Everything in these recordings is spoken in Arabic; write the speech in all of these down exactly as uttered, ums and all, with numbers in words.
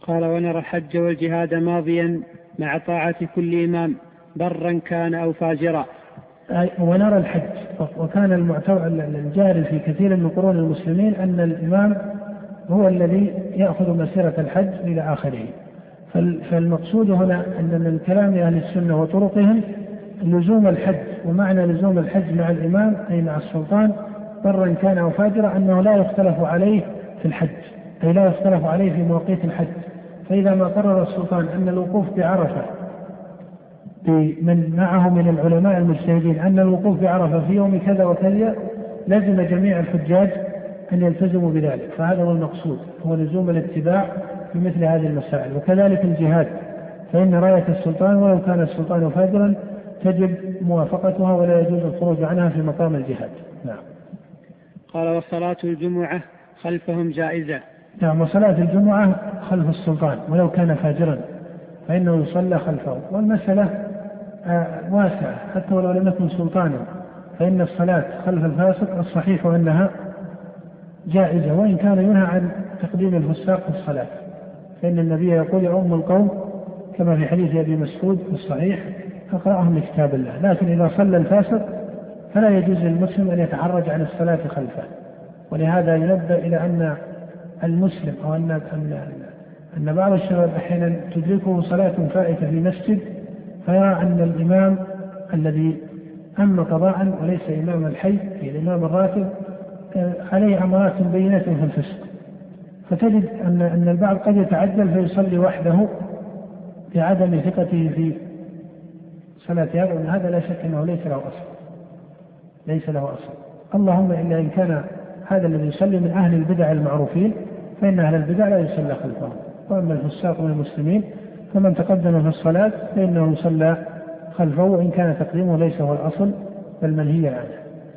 قال ونرى الحج والجهاد ماضيا مع طاعة كل إمام برا كان أو فاجرا. ونرى الحج، وكان الجاري في كثير من قرون المسلمين أن الإمام هو الذي يأخذ مسيرة الحج إلى آخره. فالمقصود هنا أن من كلام أهل السنة وطرقهم لزوم الحج، ومعنى لزوم الحج مع الإمام أي مع السلطان برا كان أو فاجرا أنه لا يختلف عليه في الحج، أي لا يختلف عليه في مواقيت الحج. فإذا ما قرر السلطان أن الوقوف بعرفة من معه من العلماء المجتهدين أن الوقوف بعرفة في يوم كذا وكذا، لازم جميع الحجاج أن يلتزموا بذلك. فهذا هو المقصود، هو لزوم الاتباع في مثل هذه المسائل. وكذلك الجهاد، فإن راية السلطان ولو كان السلطان فاجرا تجب موافقتها ولا يجوز الخروج عنها في مقام الجهاد. نعم. قال وصلاة الجمعة خلفهم جائزة. نعم، وصلاة الجمعة خلف السلطان ولو كان فاجرا فإنه يصلى خلفه. والمسألة واسعة حتى ولو لم يكن سلطانا، فإن الصلاة خلف الفاسق الصحيح أنها جائزة، وإن كان ينهى عن تقديم الفساق في الصلاة، فإن النبي يقول يؤم القوم كما في حديث أبي مسعود في الصحيح أقرأهم لكتاب الله. لكن إذا صلى الفاسق فلا يجوز للمسلم أن يتعرج عن الصلاة خلفه. ولهذا ينبه إلى أن المسلم أو أن أن بعض الشباب أحيانا تدركه صلاة فائتة في مسجد فيرى أن الإمام الذي أم قضاء وليس إمام الحي في الإمام الراتب عليه أمارات بينة في الفسق، فتجد أن أن البعض قد يتعجل فيصلي وحده بعدم ثقته في صلاة هذا، وأن هذا لا شك أنه ليس له أصل، ليس له أصل. اللهم إلا إن كان هذا الذي يصلي من أهل البدع المعروفين فإن أهل البدع لا يصلى خلفهم. وأما الفساق من المسلمين فمن تقدم في الصلاة فإنه يصلى خلفه، وإن كان تقديمه ليس هو الأصل بل منهي عنه.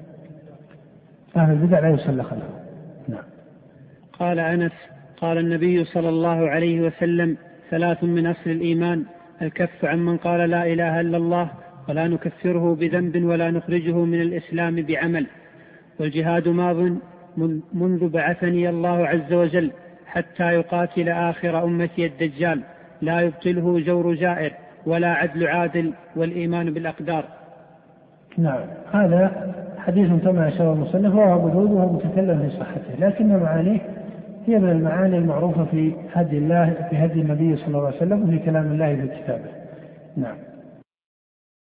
أهل البدع لا يصلى خلفه. نعم. قال أنس قال النبي صلى الله عليه وسلم ثلاث من أصل الإيمان: الكف عن من قال لا إله إلا الله ولا نكفره بذنب ولا نخرجه من الإسلام بعمل، والجهاد ماض منذ بعثني الله عز وجل حتى يقاتل آخر أمتي الدجال لا يبطله جور جائر ولا عدل عادل والإيمان بالأقدار. نعم، هذا حديث كما أشار المصنف وهو مردود وهو متكلم في صحته، لكن معانيه هي من المعاني المعروفة في هدي الله في هدي النبي صلى الله عليه وسلم وفي كلام الله في كتابه. نعم.